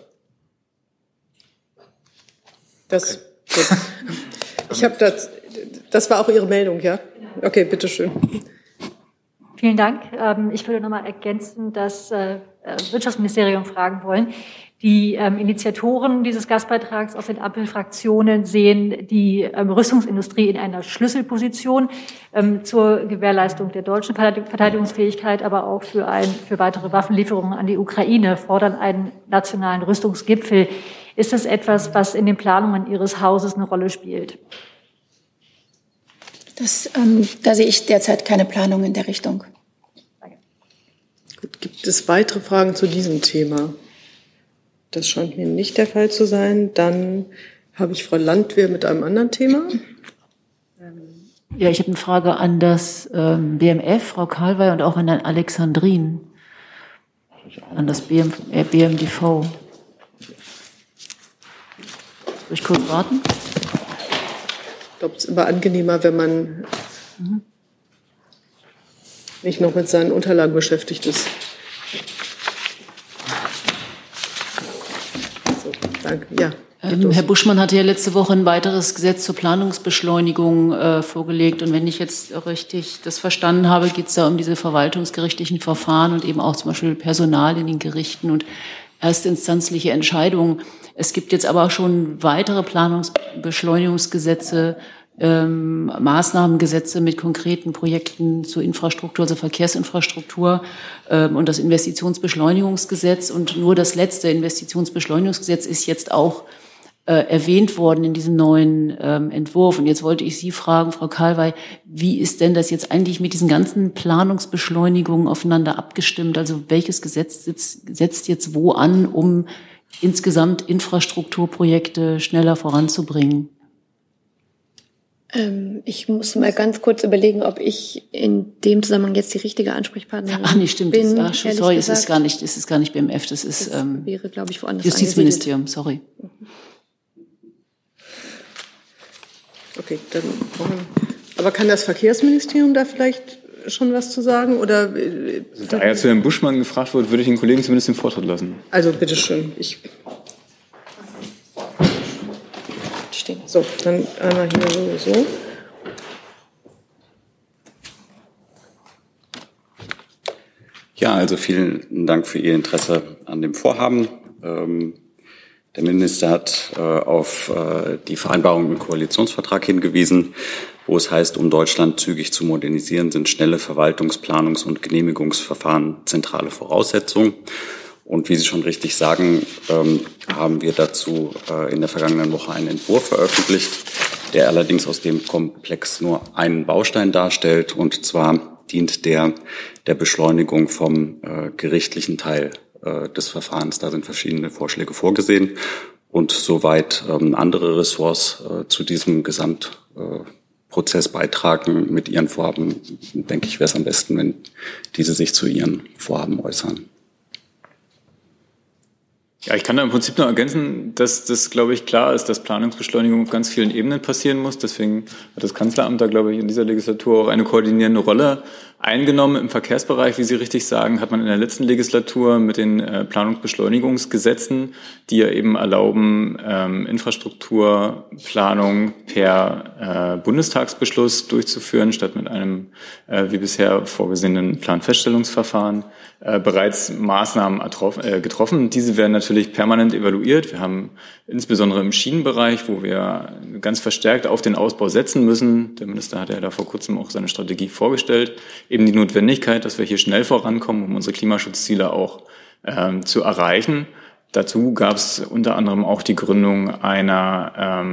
Das war auch Ihre Meldung, ja? Okay, bitteschön.
Vielen Dank. Ich würde noch mal ergänzen, das Wirtschaftsministerium fragen wollen. Die Initiatoren dieses Gastbeitrags aus den Ampelfraktionen sehen die Rüstungsindustrie in einer Schlüsselposition zur Gewährleistung der deutschen Verteidigungsfähigkeit, aber auch für weitere Waffenlieferungen an die Ukraine, fordern einen nationalen Rüstungsgipfel. Ist das etwas, was in den Planungen Ihres Hauses eine Rolle spielt?
Da sehe ich derzeit keine Planung in der Richtung.
Gut, gibt es weitere Fragen zu diesem Thema? Das scheint mir nicht der Fall zu sein. Dann habe ich Frau Landwehr mit einem anderen Thema.
Ja, ich habe eine Frage an das BMF, Frau Karlwey, und auch an Herrn Alexandrin, an das BMDV. Soll ich kurz warten?
Ich glaube, es ist immer angenehmer, wenn man nicht noch mit seinen Unterlagen beschäftigt ist. So, danke. Ja.
Herr Buschmann hatte ja letzte Woche ein weiteres Gesetz zur Planungsbeschleunigung vorgelegt. Und wenn ich jetzt richtig das verstanden habe, geht es da um diese verwaltungsgerichtlichen Verfahren und eben auch zum Beispiel Personal in den Gerichten und erstinstanzliche Entscheidungen. Es gibt jetzt aber auch schon weitere Planungsbeschleunigungsgesetze, Maßnahmengesetze mit konkreten Projekten zur Infrastruktur, also Verkehrsinfrastruktur und das Investitionsbeschleunigungsgesetz. Und nur das letzte Investitionsbeschleunigungsgesetz ist jetzt auch erwähnt worden in diesem neuen Entwurf. Und jetzt wollte ich Sie fragen, Frau Kalwey, wie ist denn das jetzt eigentlich mit diesen ganzen Planungsbeschleunigungen aufeinander abgestimmt? Also welches Gesetz setzt jetzt wo an, um insgesamt Infrastrukturprojekte schneller voranzubringen?
Ich muss mal ganz kurz überlegen, ob ich in dem Zusammenhang jetzt die richtige Ansprechpartnerin bin.
Ach nee, stimmt. Sorry, es ist gar nicht BMF, das
wäre, glaube ich, woanders
Justizministerium, sorry.
Okay, dann aber kann das Verkehrsministerium da vielleicht schon was zu sagen? Oder,
da ja zu Herrn Buschmann gefragt wird, würde ich den Kollegen zumindest den Vortritt lassen.
Also bitteschön. So, dann einmal hier so.
Ja, also vielen Dank für Ihr Interesse an dem Vorhaben. Der Minister hat auf die Vereinbarung im Koalitionsvertrag hingewiesen, wo es heißt, um Deutschland zügig zu modernisieren, sind schnelle Verwaltungsplanungs- und Genehmigungsverfahren zentrale Voraussetzungen. Und wie Sie schon richtig sagen, haben wir dazu in der vergangenen Woche einen Entwurf veröffentlicht, der allerdings aus dem Komplex nur einen Baustein darstellt. Und zwar dient der Beschleunigung vom gerichtlichen Teil des Verfahrens. Da sind verschiedene Vorschläge vorgesehen. Und soweit andere Ressorts zu diesem Gesamtprozess beitragen mit ihren Vorhaben, denke ich, wäre es am besten, wenn diese sich zu ihren Vorhaben äußern.
Ja, ich kann da im Prinzip noch ergänzen, dass das, glaube ich, klar ist, dass Planungsbeschleunigung auf ganz vielen Ebenen passieren muss. Deswegen hat das Kanzleramt da, glaube ich, in dieser Legislatur auch eine koordinierende Rolle eingenommen. Im Verkehrsbereich, wie Sie richtig sagen, hat man in der letzten Legislatur mit den Planungsbeschleunigungsgesetzen, die ja eben erlauben, Infrastrukturplanung per Bundestagsbeschluss durchzuführen, statt mit einem wie bisher vorgesehenen Planfeststellungsverfahren, bereits Maßnahmen getroffen. Diese werden natürlich permanent evaluiert. Wir haben insbesondere im Schienenbereich, wo wir ganz verstärkt auf den Ausbau setzen müssen. Der Minister hat ja da vor kurzem auch seine Strategie vorgestellt. Eben die Notwendigkeit, dass wir hier schnell vorankommen, um unsere Klimaschutzziele auch zu erreichen. Dazu gab es unter anderem auch die Gründung einer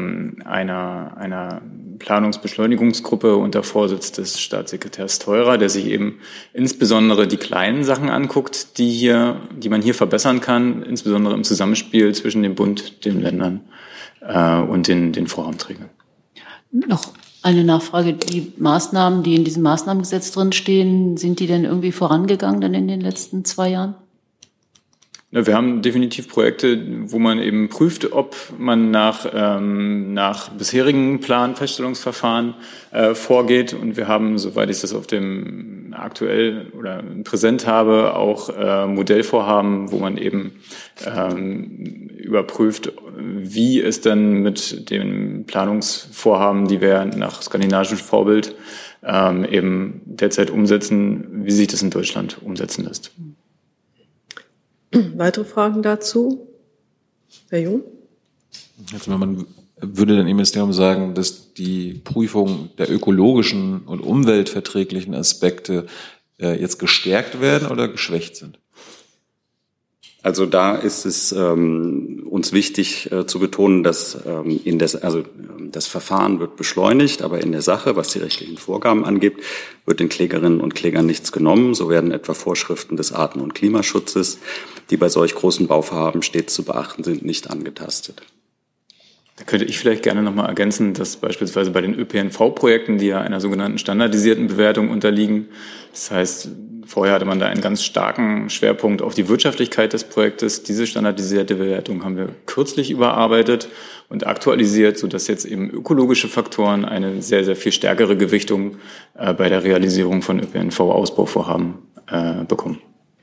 Planungsbeschleunigungsgruppe unter Vorsitz des Staatssekretärs Theurer, der sich eben insbesondere die kleinen Sachen anguckt, die man hier verbessern kann, insbesondere im Zusammenspiel zwischen dem Bund, den Ländern und den Vorhabenträgern.
Noch eine Nachfrage. Die Maßnahmen, die in diesem Maßnahmengesetz drinstehen, sind die denn irgendwie vorangegangen dann in den letzten 2 Jahren?
Wir haben definitiv Projekte, wo man eben prüft, ob man nach bisherigen Planfeststellungsverfahren vorgeht. Und wir haben, soweit ich das auf dem aktuell oder präsent habe, auch Modellvorhaben, wo man eben überprüft, wie es dann mit den Planungsvorhaben, die wir nach skandinavischem Vorbild eben derzeit umsetzen, wie sich das in Deutschland umsetzen lässt.
Weitere Fragen dazu? Herr Jung?
Also man würde dann im Ministerium sagen, dass die Prüfung der ökologischen und umweltverträglichen Aspekte jetzt gestärkt werden oder geschwächt sind?
Also da ist es uns wichtig zu betonen, dass das Verfahren wird beschleunigt, aber in der Sache, was die rechtlichen Vorgaben angeht, wird den Klägerinnen und Klägern nichts genommen. So werden etwa Vorschriften des Arten- und Klimaschutzes, die bei solch großen Bauvorhaben stets zu beachten sind, nicht angetastet.
Da könnte ich vielleicht gerne noch mal ergänzen, dass beispielsweise bei den ÖPNV-Projekten, die ja einer sogenannten standardisierten Bewertung unterliegen, das heißt, vorher hatte man da einen ganz starken Schwerpunkt auf die Wirtschaftlichkeit des Projektes. Diese standardisierte Bewertung haben wir kürzlich überarbeitet und aktualisiert, sodass jetzt eben ökologische Faktoren eine sehr, sehr viel stärkere Gewichtung bei der Realisierung von ÖPNV-Ausbauvorhaben bekommen.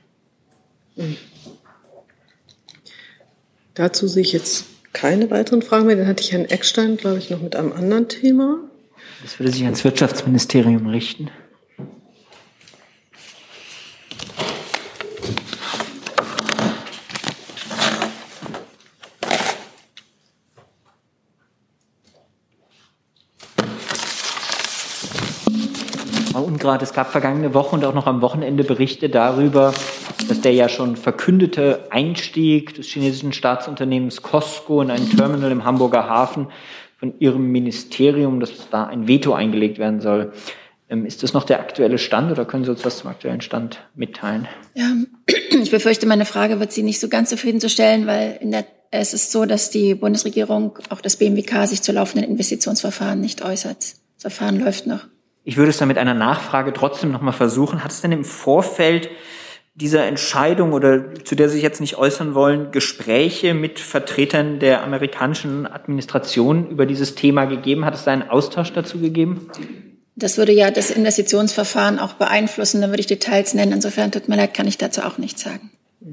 Dazu sehe ich jetzt keine weiteren Fragen mehr. Dann hatte ich Herrn Eckstein, glaube ich, noch mit einem anderen Thema.
Das würde sich ans Wirtschaftsministerium richten. Ungrad, es gab vergangene Woche und auch noch am Wochenende Berichte darüber, dass der ja schon verkündete Einstieg des chinesischen Staatsunternehmens COSCO in ein Terminal im Hamburger Hafen von Ihrem Ministerium, dass da ein Veto eingelegt werden soll. Ist das noch der aktuelle Stand oder können Sie uns was zum aktuellen Stand mitteilen?
Ja, ich befürchte, meine Frage wird Sie nicht so ganz zufriedenzustellen, weil es ist so, dass die Bundesregierung, auch das BMWK, sich zu laufenden Investitionsverfahren nicht äußert. Das Verfahren läuft noch.
Ich würde es dann mit einer Nachfrage trotzdem noch mal versuchen. Hat es denn im Vorfeld dieser Entscheidung oder zu der Sie sich jetzt nicht äußern wollen, Gespräche mit Vertretern der amerikanischen Administration über dieses Thema gegeben? Hat es da einen Austausch dazu gegeben?
Das würde ja das Investitionsverfahren auch beeinflussen. Dann würde ich Details nennen. Insofern, tut mir leid, kann ich dazu auch nichts sagen.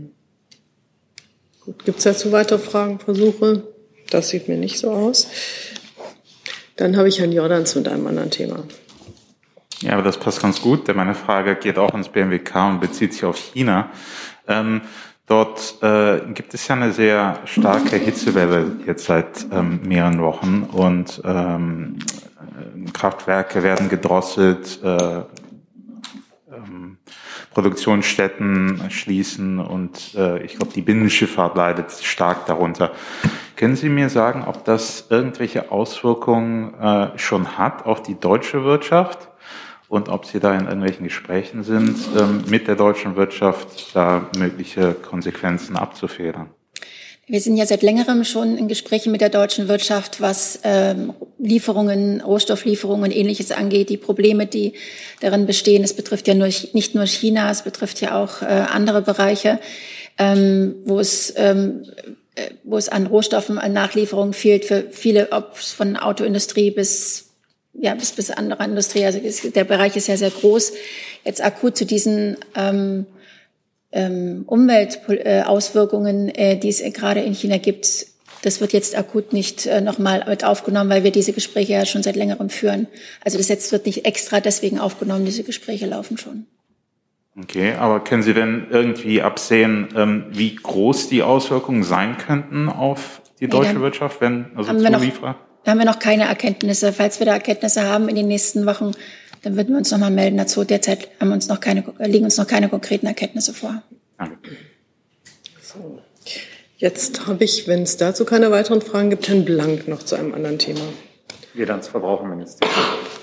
Gut, gibt es dazu weitere Fragen, Versuche? Das sieht mir nicht so aus. Dann habe ich Herrn Jordans mit einem anderen Thema.
Ja, aber das passt ganz gut, denn meine Frage geht auch ins BMWK und bezieht sich auf China. Dort gibt es ja eine sehr starke Hitzewelle jetzt seit mehreren Wochen und Kraftwerke werden gedrosselt, Produktionsstätten schließen und ich glaube, die Binnenschifffahrt leidet stark darunter. Können Sie mir sagen, ob das irgendwelche Auswirkungen schon hat auf die deutsche Wirtschaft? Und ob Sie da in irgendwelchen Gesprächen sind, mit der deutschen Wirtschaft da mögliche Konsequenzen abzufedern?
Wir sind ja seit längerem schon in Gesprächen mit der deutschen Wirtschaft, was Lieferungen, Rohstofflieferungen und Ähnliches angeht. Die Probleme, die darin bestehen, es betrifft ja nicht nur China, es betrifft ja auch andere Bereiche, wo es an Rohstoffen, an Nachlieferungen fehlt für viele, ob von Autoindustrie bis andere Industrie. Also der Bereich ist ja sehr groß. Jetzt akut zu diesen Umweltauswirkungen, die es gerade in China gibt, das wird jetzt akut nicht nochmal mit aufgenommen, weil wir diese Gespräche ja schon seit längerem führen. Also das jetzt wird nicht extra deswegen aufgenommen, diese Gespräche laufen schon.
Okay, aber können Sie denn irgendwie absehen, wie groß die Auswirkungen sein könnten auf die deutsche Wirtschaft, wenn Zulieferer?
Da haben wir noch keine Erkenntnisse. Falls wir da Erkenntnisse haben in den nächsten Wochen, dann würden wir uns noch mal melden dazu. Derzeit liegen uns noch keine konkreten Erkenntnisse vor.
Danke.
So. Jetzt habe ich, wenn es dazu keine weiteren Fragen gibt, Herrn Blank noch zu einem anderen Thema.
Wir dann ins Verbraucherministerium.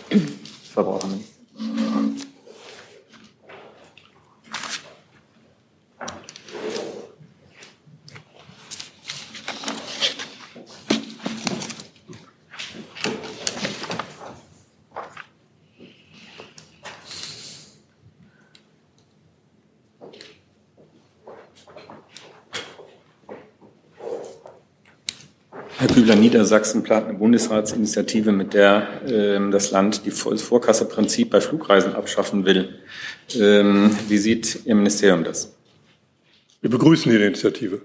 Herr Kübler, Niedersachsen plant eine Bundesratsinitiative, mit der das Land das Vorkasseprinzip bei Flugreisen abschaffen will. Wie sieht Ihr Ministerium das?
Wir begrüßen die Initiative.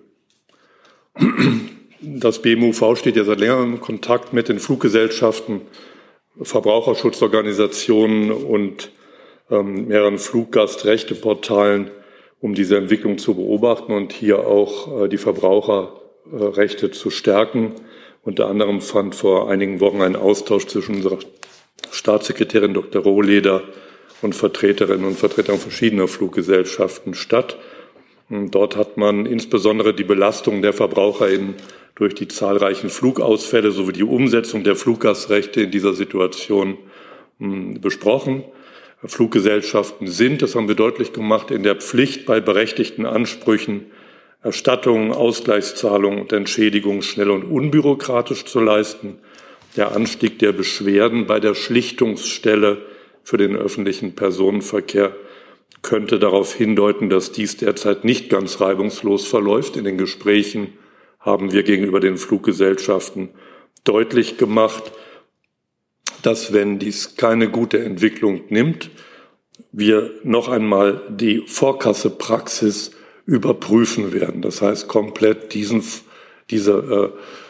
Das BMUV steht ja seit längerem in Kontakt mit den Fluggesellschaften, Verbraucherschutzorganisationen und mehreren Fluggastrechteportalen, um diese Entwicklung zu beobachten und hier auch die Verbraucherrechte zu stärken. Unter anderem fand vor einigen Wochen ein Austausch zwischen unserer Staatssekretärin Dr. Rohleder und Vertreterinnen und Vertretern verschiedener Fluggesellschaften statt. Und dort hat man insbesondere die Belastung der VerbraucherInnen durch die zahlreichen Flugausfälle sowie die Umsetzung der Fluggastrechte in dieser Situation besprochen. Fluggesellschaften sind, das haben wir deutlich gemacht, in der Pflicht, bei berechtigten Ansprüchen Erstattungen, Ausgleichszahlungen und Entschädigungen schnell und unbürokratisch zu leisten. Der Anstieg der Beschwerden bei der Schlichtungsstelle für den öffentlichen Personenverkehr könnte darauf hindeuten, dass dies derzeit nicht ganz reibungslos verläuft. In den Gesprächen haben wir gegenüber den Fluggesellschaften deutlich gemacht, dass, wenn dies keine gute Entwicklung nimmt, wir noch einmal die Vorkassepraxis überprüfen werden. Das heißt, komplett diese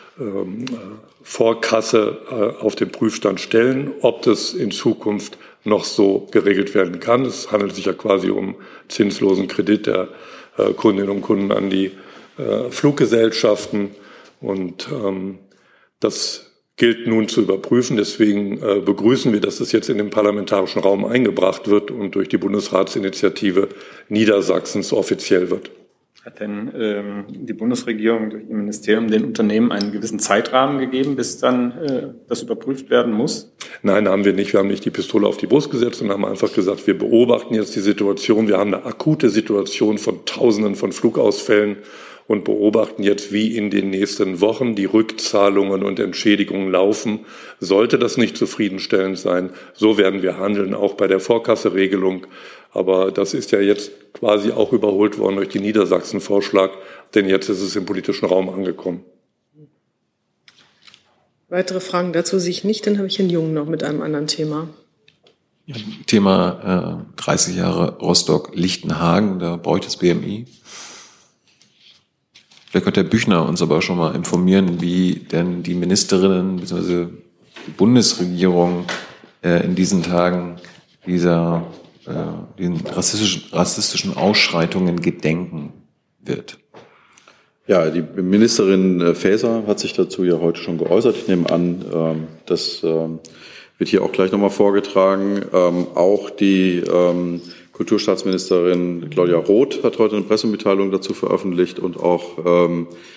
Vorkasse auf den Prüfstand stellen, ob das in Zukunft noch so geregelt werden kann. Es handelt sich ja quasi um zinslosen Kredit der Kundinnen und Kunden an die Fluggesellschaften. Und das gilt nun zu überprüfen. Deswegen begrüßen wir, dass es jetzt in den parlamentarischen Raum eingebracht wird und durch die Bundesratsinitiative Niedersachsens offiziell wird.
Hat denn die Bundesregierung durch ihr Ministerium den Unternehmen einen gewissen Zeitrahmen gegeben, bis dann das überprüft werden muss?
Nein, haben wir nicht. Wir haben nicht die Pistole auf die Brust gesetzt und haben einfach gesagt, wir beobachten jetzt die Situation. Wir haben eine akute Situation von Tausenden von Flugausfällen und beobachten jetzt, wie in den nächsten Wochen die Rückzahlungen und Entschädigungen laufen. Sollte das nicht zufriedenstellend sein, so werden wir handeln, auch bei der Vorkasseregelung. Aber das ist ja jetzt quasi auch überholt worden durch den Niedersachsen-Vorschlag, denn jetzt ist es im politischen Raum angekommen.
Weitere Fragen dazu sehe ich nicht, dann habe ich Herrn Jung noch mit einem anderen Thema.
Ja, Thema 30 Jahre Rostock-Lichtenhagen, da bräuchte das BMI. Vielleicht könnte Herr Büchner uns aber schon mal informieren, wie denn die Ministerinnen bzw. die Bundesregierung in diesen Tagen den rassistischen Ausschreitungen gedenken wird.
Ja, die Ministerin Faeser hat sich dazu ja heute schon geäußert. Ich nehme an, das wird hier auch gleich nochmal vorgetragen. Auch die Kulturstaatsministerin Claudia Roth hat heute eine Pressemitteilung dazu veröffentlicht und auch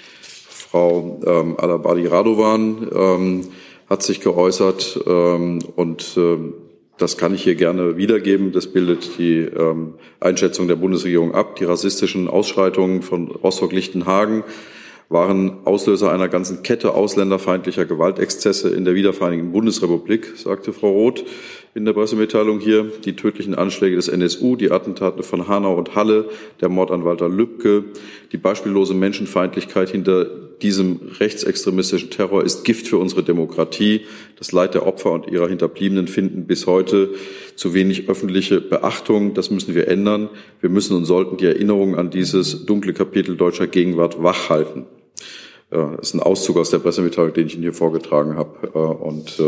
Frau Alabadi Radovan hat sich geäußert und das kann ich hier gerne wiedergeben. Das bildet die Einschätzung der Bundesregierung ab. Die rassistischen Ausschreitungen von Rostock-Lichtenhagen waren Auslöser einer ganzen Kette ausländerfeindlicher Gewaltexzesse in der wiedervereinigten Bundesrepublik, sagte Frau Roth in der Pressemitteilung hier. Die tödlichen Anschläge des NSU, die Attentate von Hanau und Halle, der Mord an Walter Lübcke, die beispiellose Menschenfeindlichkeit hinter diesem rechtsextremistischen Terror ist Gift für unsere Demokratie. Das Leid der Opfer und ihrer Hinterbliebenen finden bis heute zu wenig öffentliche Beachtung. Das müssen wir ändern. Wir müssen und sollten die Erinnerung an dieses dunkle Kapitel deutscher Gegenwart wachhalten. Das ist ein Auszug aus der Pressemitteilung, den ich Ihnen hier vorgetragen habe. Und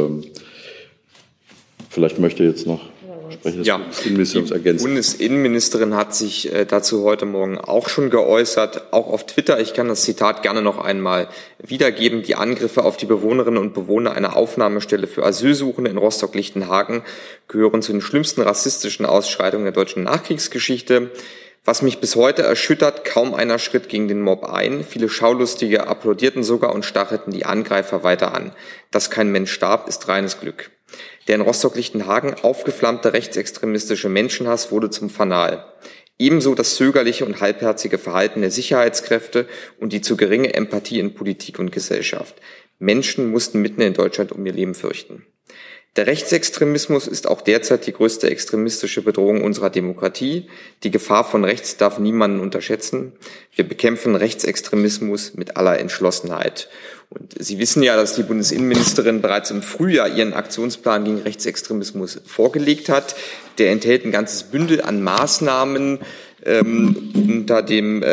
vielleicht möchte jetzt noch Sprecher des Bundesinnenministeriums ergänzen.
Die Bundesinnenministerin hat sich dazu heute Morgen auch schon geäußert, auch auf Twitter. Ich kann das Zitat gerne noch einmal wiedergeben. Die Angriffe auf die Bewohnerinnen und Bewohner einer Aufnahmestelle für Asylsuchende in Rostock-Lichtenhagen gehören zu den schlimmsten rassistischen Ausschreitungen der deutschen Nachkriegsgeschichte. Was mich bis heute erschüttert, kaum einer schritt gegen den Mob ein. Viele Schaulustige applaudierten sogar und stachelten die Angreifer weiter an. Dass kein Mensch starb, ist reines Glück. Der in Rostock-Lichtenhagen aufgeflammte rechtsextremistische Menschenhass wurde zum Fanal. Ebenso das zögerliche und halbherzige Verhalten der Sicherheitskräfte und die zu geringe Empathie in Politik und Gesellschaft. Menschen mussten mitten in Deutschland um ihr Leben fürchten. Der Rechtsextremismus ist auch derzeit die größte extremistische Bedrohung unserer Demokratie. Die Gefahr von rechts darf niemanden unterschätzen. Wir bekämpfen Rechtsextremismus mit aller Entschlossenheit. Und Sie wissen ja, dass die Bundesinnenministerin bereits im Frühjahr ihren Aktionsplan gegen Rechtsextremismus vorgelegt hat. Der enthält ein ganzes Bündel an Maßnahmen unter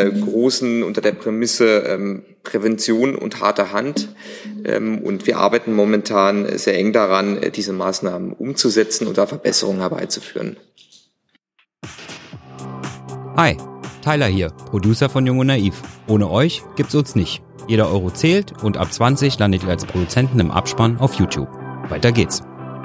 der Prämisse Prävention und harte Hand. Und wir arbeiten momentan sehr eng daran, diese Maßnahmen umzusetzen und da Verbesserungen herbeizuführen.
Hi, Tyler hier, Producer von Jung und Naiv. Ohne euch gibt's uns nicht. Jeder Euro zählt und ab 20 landet ihr als Produzenten im Abspann auf YouTube. Weiter geht's.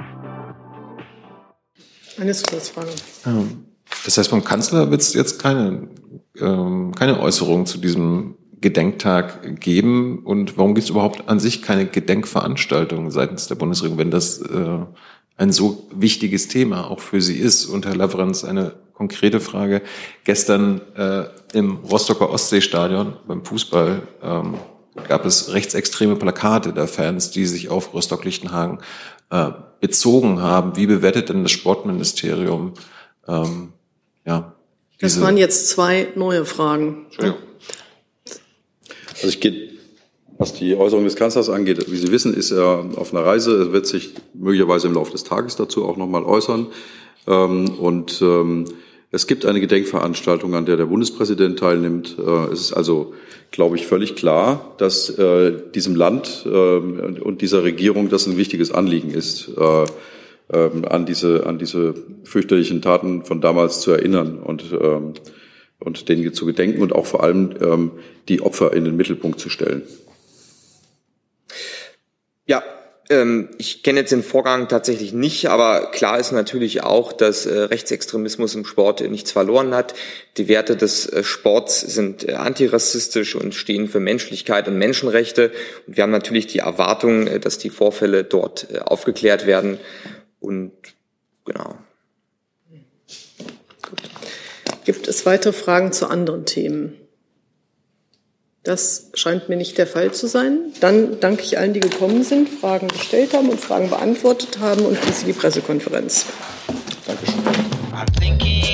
Eine Zusatzfrage.
Das heißt, vom Kanzler wird es jetzt keine Äußerung zu diesem Gedenktag geben. Und warum gibt es überhaupt an sich keine Gedenkveranstaltung seitens der Bundesregierung, wenn das ein so wichtiges Thema auch für Sie ist und Herr Lavrens eine konkrete Frage. Gestern im Rostocker Ostseestadion beim Fußball gab es rechtsextreme Plakate der Fans, die sich auf Rostock-Lichtenhagen bezogen haben. Wie bewertet denn das Sportministerium
Das waren jetzt 2 neue Fragen.
Entschuldigung.
Also ich gehe, was die Äußerung des Kanzlers angeht, wie Sie wissen, ist er auf einer Reise. Er wird sich möglicherweise im Laufe des Tages dazu auch nochmal äußern. Es gibt eine Gedenkveranstaltung, an der der Bundespräsident teilnimmt. Es ist also, glaube ich, völlig klar, dass diesem Land und dieser Regierung das ein wichtiges Anliegen ist, an diese fürchterlichen Taten von damals zu erinnern und denen zu gedenken und auch vor allem die Opfer in den Mittelpunkt zu stellen.
Ja, ich kenne jetzt den Vorgang tatsächlich nicht, aber klar ist natürlich auch, dass Rechtsextremismus im Sport nichts verloren hat. Die Werte des Sports sind antirassistisch und stehen für Menschlichkeit und Menschenrechte. Und wir haben natürlich die Erwartung, dass die Vorfälle dort aufgeklärt werden. Und genau.
Gut. Gibt es weitere Fragen zu anderen Themen? Das scheint mir nicht der Fall zu sein. Dann danke ich allen, die gekommen sind, Fragen gestellt haben und Fragen beantwortet haben und schließe die Pressekonferenz.
Dankeschön.